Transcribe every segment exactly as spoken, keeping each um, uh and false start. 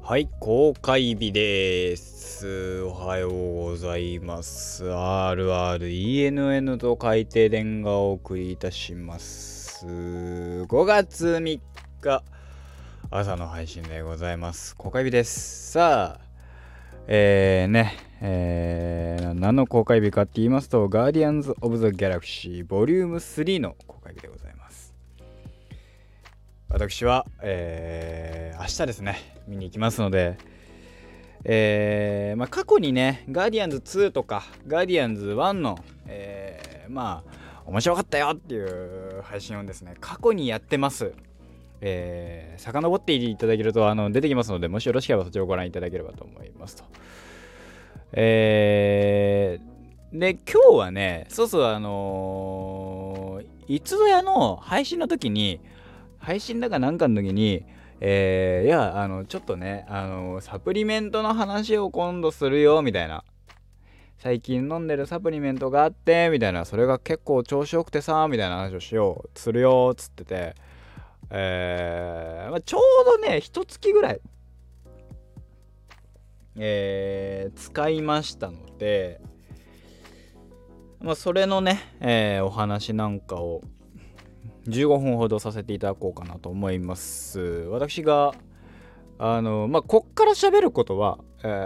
はい、公開日です。おはようございます。アールアールイーエヌエヌ と海底電がお送りいたします。ごがつみっか、朝の配信でございます。公開日です。さあ、えーね、えー、何の公開日かって言いますと、ガーディアンズ・オブ・ザ・ギャラクシーボリュームスリーの公開日でございます。私は、えー、明日ですね、見に行きますので、えーまあ、過去にね、ガーディアンズツーとか、ガーディアンズワンの、えー、まあ、面白かったよっていう配信をですね、過去にやってます。えー、遡っていただけるとあの出てきますので、もしよろしければそちらをご覧いただければと思いますと。えー、で、今日はね、そうそう、あのー、いつぞやの配信の時に、配信だかなんかの時に、えー、いや、あの、ちょっとね、あの、サプリメントの話を今度するよ、みたいな。最近飲んでるサプリメントがあって、みたいな。それが結構調子よくてさ、みたいな話をしよう、するよ、つってて。えー、まあ、ちょうどね、一月ぐらい、えー、使いましたので、まあ、それのね、えー、お話なんかを、じゅうごふんほどさせていただこうかなと思います。私があのまあこっから喋ることは、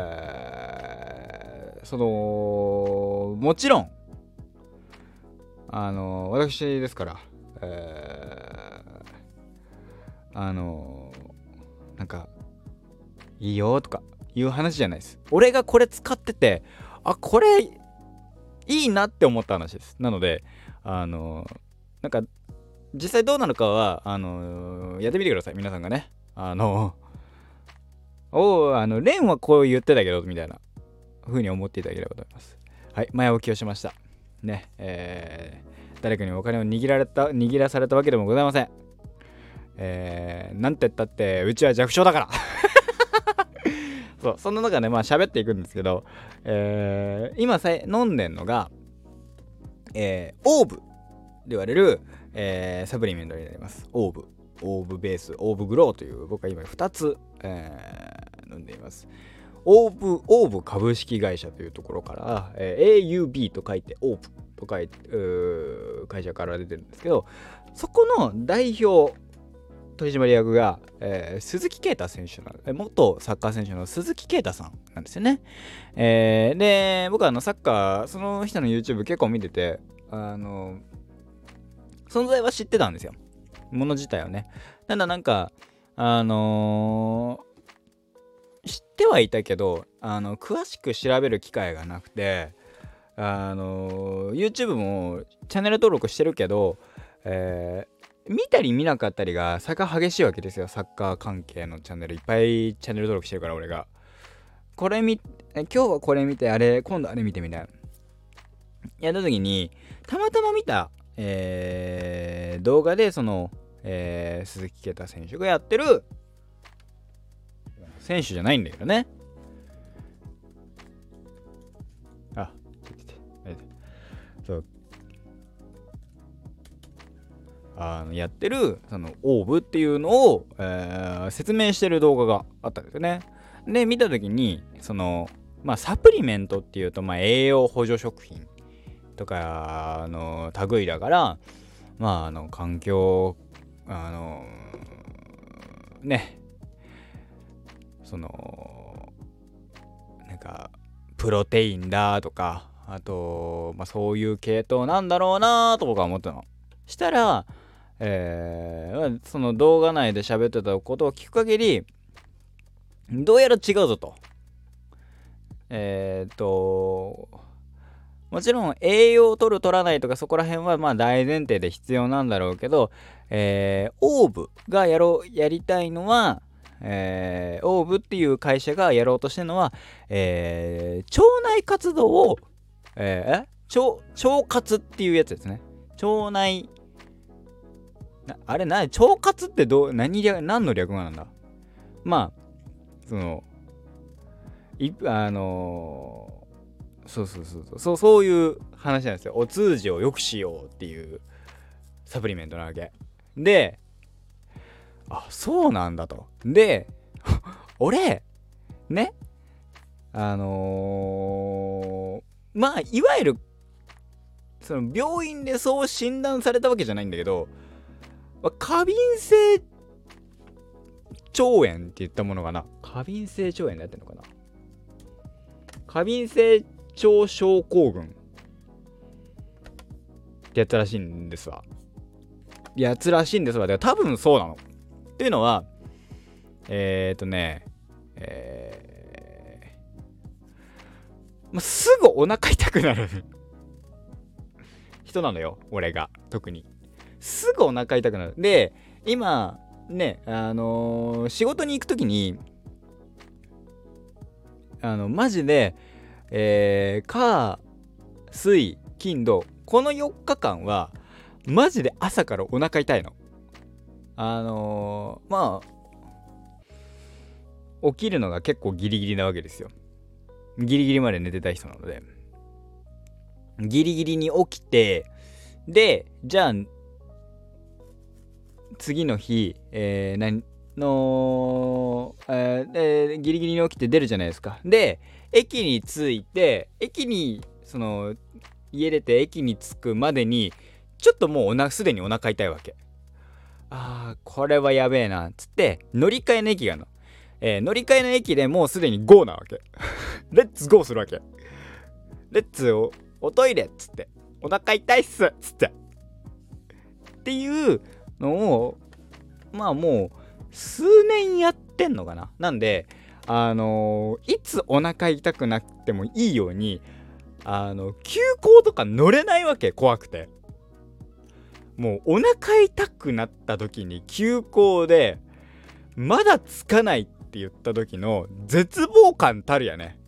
えー、そのもちろんあの私ですから、えー、あのなんかいいよとかいう話じゃないです。俺がこれ使ってて、あ、これいいなって思った話です。なのであのなんか実際どうなのかはあのー、やってみてください。皆さんがね、あのおあのレンはこう言ってたけどみたいな風に思っていただければと思います。はい、前置きをしましたね。えー、誰かにお金を握られた握らされたわけでもございません。えー、なんて言ったってうちは弱小だからそう、そんな中でまあ喋っていくんですけど、えー、今さえ飲んでんのが、えー、オーブで言われる、えー、サプリメントになります。オーブオーブベースオーブグローという僕は今ふたつ、えー、飲んでいます。オーブオーブ株式会社というところから、えー、エーユービー と書いてオーブと書いて会社から出てるんですけど、そこの代表取締役が、えー、鈴木啓太選手なの、元サッカー選手の鈴木啓太さんなんですよね。えー、で僕はあのサッカーその人の YouTube 結構見てて、あの存在は知ってたんですよ、もの自体はね。ただなんかあのー、知ってはいたけど、あの詳しく調べる機会がなくて、あのー、YouTube もチャンネル登録してるけど、えー、見たり見なかったりが差が激しいわけですよ。サッカー関係のチャンネルいっぱいチャンネル登録してるから、俺がこれ見今日はこれ見て、あれ今度あれ見てみたいなやった時に、たまたま見た、えー、動画でその、えー、鈴木啓太選手がやってる、選手じゃないんだけどね、あそうあのやってるそのオーブっていうのを、えー、説明してる動画があったんですよね。で見た時に、そのまあサプリメントっていうと、まあ栄養補助食品とかの類だから、まああの環境あのねそのなんかプロテインだとか、あとまあそういう系統なんだろうなと僕は思ったの。したら、えー、その動画内で喋ってたことを聞く限り、どうやら違うぞと。えー、っともちろん栄養を取る取らないとかそこら辺はまあ大前提で必要なんだろうけど、えー、オーブがやろうやりたいのは、えー、オーブっていう会社がやろうとしてるのは、えー、腸内活動を、えー、腸腸活っていうやつですね。腸内なあれな腸活ってどう何略何の略語なんだ。まあそのいあのーそうそうそうそうそうそういう話なんですよ。お通じを良くしようっていうサプリメントなわけで、あ、そうなんだと。で俺ね、あのー、まあいわゆるその病院でそう診断されたわけじゃないんだけど、過敏性腸炎って言ったものかな、過敏性腸炎でやってんのかな、過敏性腸症候群ってやつらしいんですわ。やつらしいんですわ。で多分そうなの。っていうのはえーっとねえー、まあ、すぐお腹痛くなる人なのよ、俺が。特にすぐお腹痛くなる。で今ね、あのー、仕事に行くときにあのマジでえー、火水金土このよっかかんはマジで朝からお腹痛いの。あのー、まあ起きるのが結構ギリギリなわけですよ。ギリギリまで寝てた人なので、ギリギリに起きて、でじゃあ次の日、えー、何の、えーえー、ギリギリに起きて出るじゃないですか。で駅に着いて、駅にその家出て駅に着くまでにちょっともうおなすでにお腹痛いわけ。あーこれはやべえなっつって乗り換えの駅があるの、えー、乗り換えの駅でもうすでに ゴー なわけレッツゴーするわけ。レッツ お, おトイレっつって、お腹痛いっすっつってっていうのをまあもう数年やってんのかな。なんであのー、いつお腹痛くなってもいいようにあの急行とか乗れないわけ、怖くて。もうお腹痛くなった時に急行でまだつかないって言った時の絶望感たるやね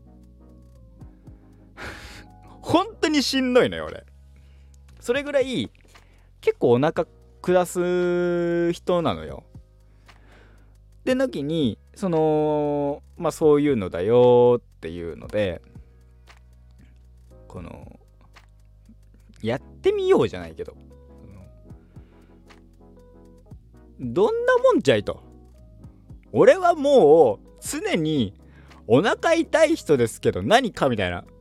本当にしんどいのよ俺。それぐらい結構お腹下す人なのよ。で時にそのまあそういうのだよっていうので、このやってみようじゃないけど、どんなもんじゃいと。俺はもう常にお腹痛い人ですけど何かみたいな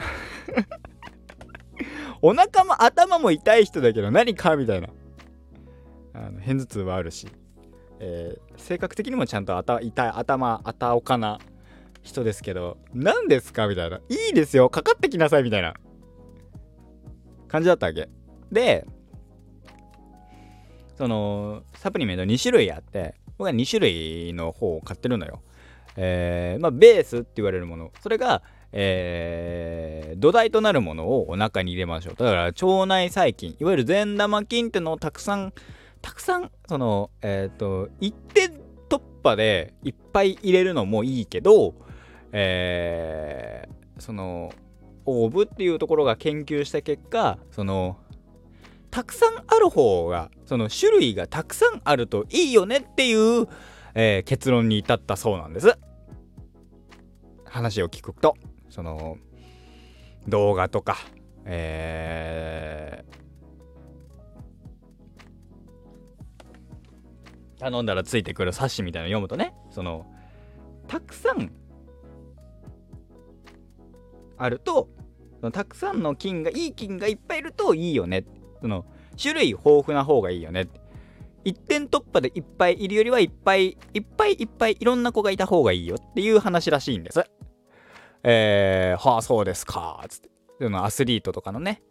お腹も頭も痛い人だけど何かみたいな、あの片頭痛はあるし、えー、性格的にもちゃんと頭痛い頭あたおかな人ですけど何ですかみたいな、いいですよかかってきなさいみたいな感じだったわけで、そのサプリメントにしゅるいあって、僕はにしゅるいの方を買ってるのよ。えー、まあベースって言われるもの、それが、えー、土台となるものをお腹に入れましょう。だから腸内細菌、いわゆる善玉菌ってのをたくさんたくさんそのえっ、ー、と一点突破でいっぱい入れるのもいいけど、えー、そのオーブっていうところが研究した結果、そのたくさんある方が、その種類がたくさんあるといいよねっていう、えー、結論に至ったそうなんです。話を聞くと、その動画とか、えー、頼んだらついてくる冊子みたいなの読むとね、そのたくさんあると、たくさんの菌がいい菌がいっぱいいるといいよね、その種類豊富な方がいいよね、一点突破でいっぱいいるよりはいっぱいいっぱいいっぱいいろんな子がいた方がいいよっていう話らしいんです。えー、はあそうですかつって、そのアスリートとかのね、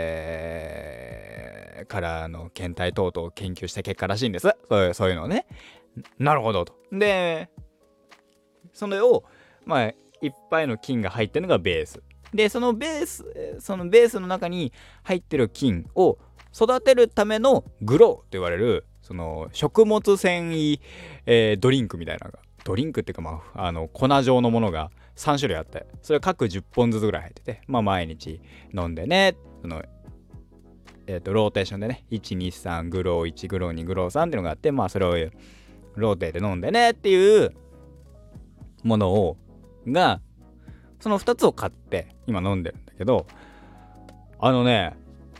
えー、からの検体等々を研究した結果らしいんです。そういう、そういうのをね、なるほどと。でそれをまあいっぱいの菌が入ってるのがベースで、そのベースそのベースの中に入ってる菌を育てるためのグローと言われるその食物繊維、えー、ドリンクみたいなのが、ドリンクっていうか、まあ、あの粉状のものがさんしゅるいあって、それ各じゅっぽんずつぐらい入ってて、まあ毎日飲んでね、そのえっとローテーションでね、いちにさんグローいちグローにグローさんっていうのがあって、まあそれをローテで飲んでねっていうものをがそのふたつを買って今飲んでるんだけど、あのね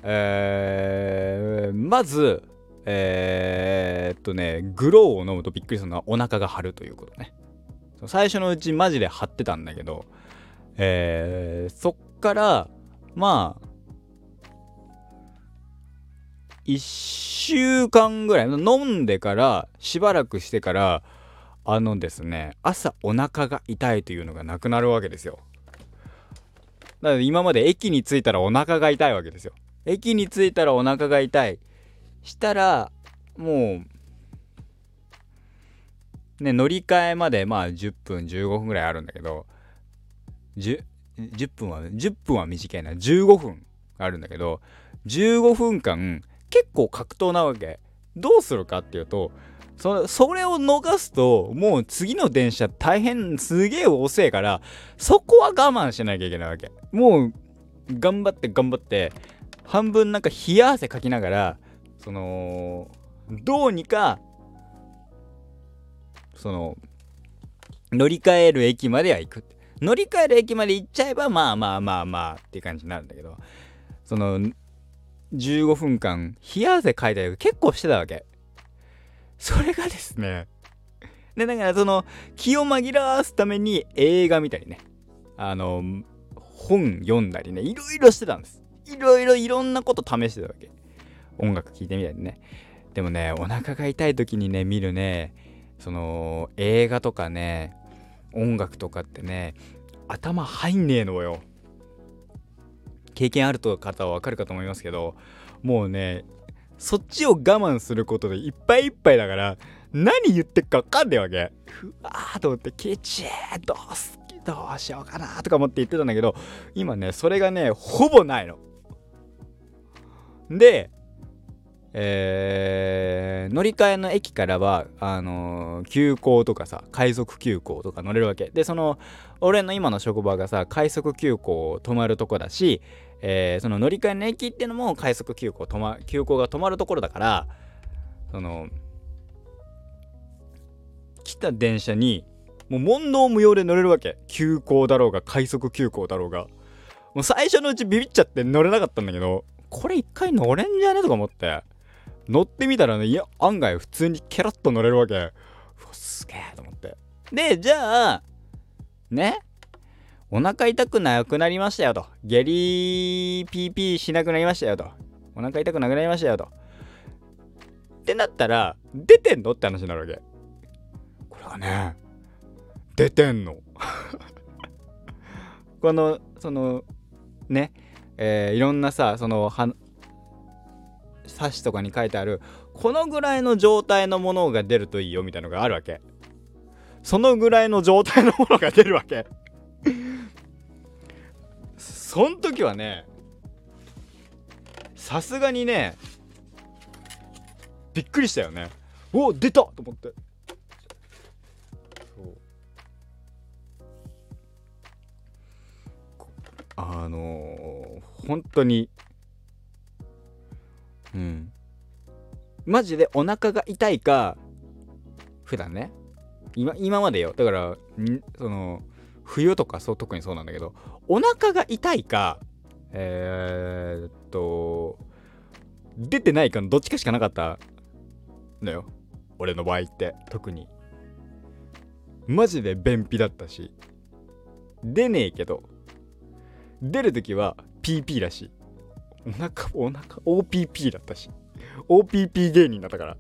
えー、まずえー、っとねグローを飲むとびっくりするのはお腹が張るということね。 最初のうちマジで張ってたんだけど、えー、そっからまあいっしゅうかんぐらい飲んでからしばらくしてからあのですね朝お腹が痛いというのがなくなるわけですよ。だから今まで駅に着いたらお腹が痛いわけですよ。駅に着いたらお腹が痛いしたらもうね乗り換えまでまあじゅっぷんじゅうごふんぐらいあるんだけど 10, じゅっぷんはじゅっぷんは短いなじゅうごふんあるんだけどじゅうごふんかん結構格闘なわけ。どうするかっていうとそ, それを逃すともう次の電車大変すげえ遅えからそこは我慢しなきゃいけないわけ。もう頑張って頑張って半分なんか冷や汗かきながらそのどうにかその乗り換える駅までは行く。乗り換える駅まで行っちゃえばまあまあまあまあっていう感じになるんだけどそのじゅうごふんかん冷や汗かいたり結構してたわけ。それがですねでだからその気を紛らわすために映画見たりねあの本読んだりねいろいろしてたんです。いろいろいろんなこと試してたわけ。音楽聴いてみたりね。でもねお腹が痛い時にね見るねその映画とかね音楽とかってね頭入んねえのよ。経験ある方はわかるかと思いますけどもうねそっちを我慢することでいっぱいいっぱいだから何言ってっか分かんねえわけ。ふわーと思ってケチーどうすどうしようかなとか思って言ってたんだけど今ねそれがねほぼないので、えー、乗り換えの駅からはあのー、急行とかさ快速急行とか乗れるわけでその俺の今の職場がさ快速急行止まるとこだしえー、その乗り換えの駅っていうのも快速急行止ま急行が止まるところだからその来た電車にもう問答無用で乗れるわけ。急行だろうが快速急行だろうがもう最初のうちビビっちゃって乗れなかったんだけどこれ一回乗れんじゃねとか思って乗ってみたらねいや案外普通にケラッと乗れるわけ。うわすげえと思ってでじゃあねお腹痛くなくなりましたよと下痢ピーピーしなくなりましたよとお腹痛くなくなりましたよとってなったら出てんのって話になるわけ。これがね出てんのこのそのねえー、いろんなさそのは冊子とかに書いてあるこのぐらいの状態のものが出るといいよみたいなのがあるわけ。そのぐらいの状態のものが出るわけそん時はねさすがにねびっくりしたよね。お出たと思ってそうあのー、本当にうんマジでお腹が痛いか普段ね今今までよだからんその冬とかそう特にそうなんだけどお腹が痛いかえー、っと出てないかのどっちかしかなかったのよ俺の場合って特にマジで便秘だったし出ねえけど出るときは ピーピー らしい。お腹お腹 オーピーピー だったし オーピーピー 芸人だったから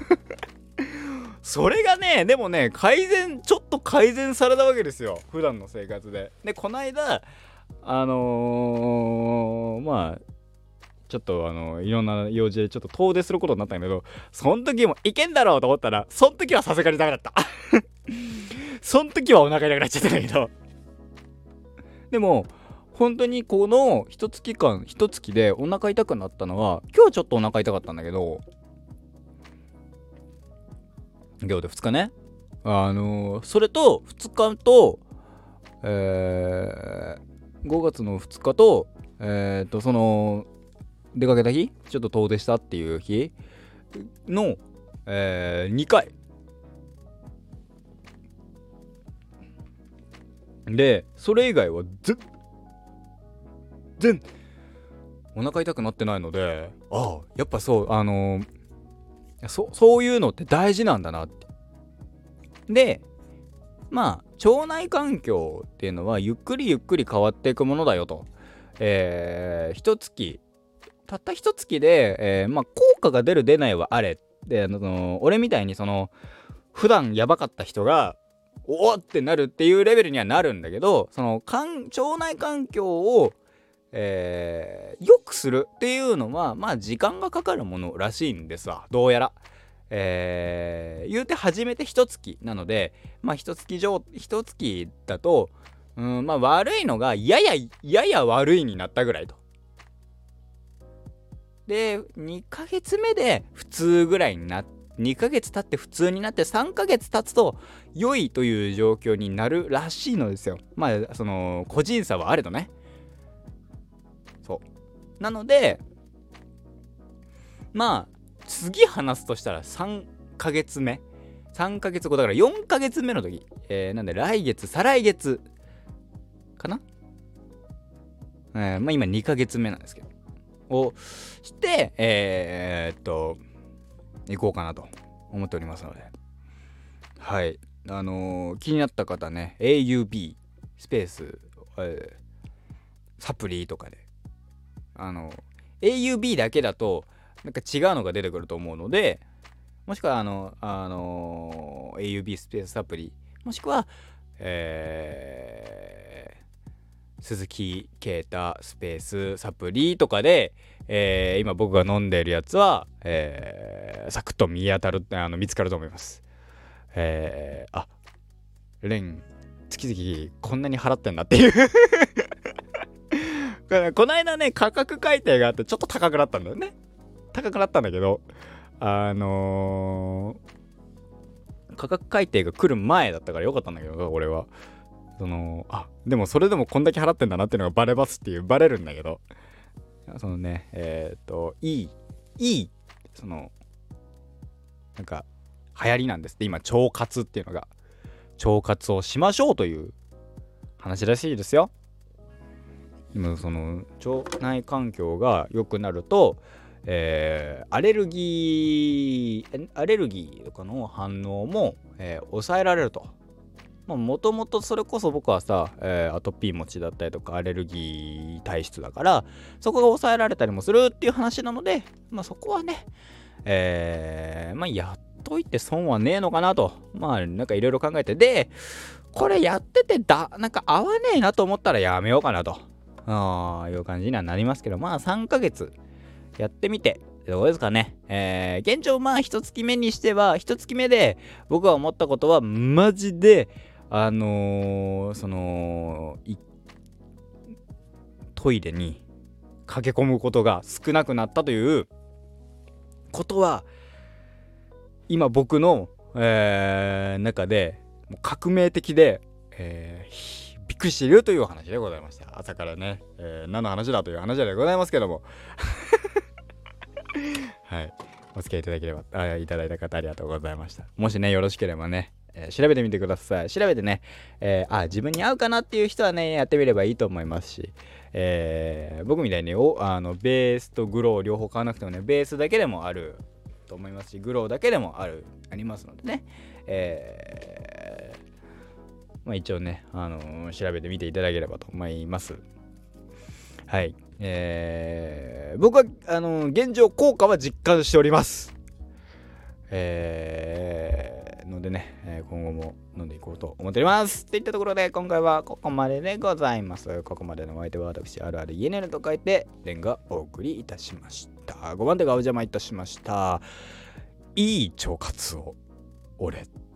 それがねでもね改善ちょっと改善されたわけですよ普段の生活で。でこないだあのー、まあちょっとあのいろんな用事でちょっと遠出することになったんだけどそん時もいけんだろうと思ったらそん時はさすがにダメだったそん時はお腹痛くなっちゃったんだけどでも本当にこの一月間一月でお腹痛くなったのは今日ちょっとお腹痛かったんだけど今日でふつかねあのー、それとふつかとえー、ごがつのふつかとえー、っとその出かけた日ちょっと遠出したっていう日の、えー、にかいでそれ以外は全然お腹痛くなってないのでああやっぱそうあのー、そ, そういうのって大事なんだなって。でまあ腸内環境っていうのはゆっくりゆっくり変わっていくものだよと。えー、一月たった一月で、えー、まあ効果が出る出ないはあれで、あの俺みたいにその普段やばかった人がおーってなるっていうレベルにはなるんだけど、その腸内環境をえー、良くするっていうのはまあ時間がかかるものらしいんですわ、どうやら。えー、言うて初めて一月なので、まあ一月上一月だと、うん、まあ悪いのがやややや悪いになったぐらいと。でにかげつめで普通ぐらいになってにかげつ経って普通になってさんかげつ経つと良いという状況になるらしいのですよ。まあその個人差はあれどね。そうなので、まあ次話すとしたらさんかげつめさんかげつごだからよんかげつめの時、えー、なんで来月再来月かな、えー、まあ今にかげつめなんですけどをしてえー、っと行こうかなと思っておりますので、はい、あのー、気になった方ね エーユービー スペース、えー、サプリとかで、あの エーユービー だけだとなんか違うのが出てくると思うので、もしくはあのあのー、エーユービー スペースサプリ、もしくはえー、鈴木啓太スペースサプリとかで、えー、今僕が飲んでいるやつは、えー、サクッと見当たるあの見つかると思います。えー、あレン月々こんなに払ってんだっていうこの間ね価格改定があってちょっと高くなったんだよね。高くなったんだけど、あのー、価格改定が来る前だったからよかったんだけど、俺はそのあでもそれでもこんだけ払ってんだなっていうのがバレますっていうバレるんだけど、そのねえっ、ー、といいいいそのなんか流行りなんですって今、腸活っていうのが。腸活をしましょうという話らしいですよ。今その腸内環境が良くなると、えー、アレルギーアレルギーとかの反応も、えー、抑えられると。もともとそれこそ僕はさ、えー、アトピー持ちだったりとかアレルギー体質だから、そこが抑えられたりもするっていう話なので、まあそこはね、えー、まあやっといて損はねえのかなと、まあなんかいろいろ考えて、でこれやっててだなんか合わねえなと思ったらやめようかなとあいう感じにはなりますけど、まあさんかげつやってみてどうですかね。えー、現状まあ一月目にしては一月目で僕が思ったことはマジであのー、そのトイレに駆け込むことが少なくなったということは今僕の、えー、中でもう革命的で、えー、びっくりしているという話でございました。朝からね、えー、何の話だという話でございますけどもはいお付き合いいただければあいただいた方ありがとうございました。もしねよろしければね、えー、調べてみてください。調べてね、えー、あ自分に合うかなっていう人はねやってみればいいと思いますし、えー、僕みたいにおあのベースとグロー両方買わなくてもねベースだけでもあると思いますし、グローだけでもあるありますのでね、えー、まあ一応ね、あのー、調べてみていただければと思います。はい、えー、僕はあのー、現状効果は実感しております。えー、のでね、えー、今後も飲んでいこうと思っておりますといったところで、今回はここまででございます。ここまでのお相手は私あるある言えねると書いてレンがお送りいたしました。ごばん手がお邪魔いたしました。いい腸活を俺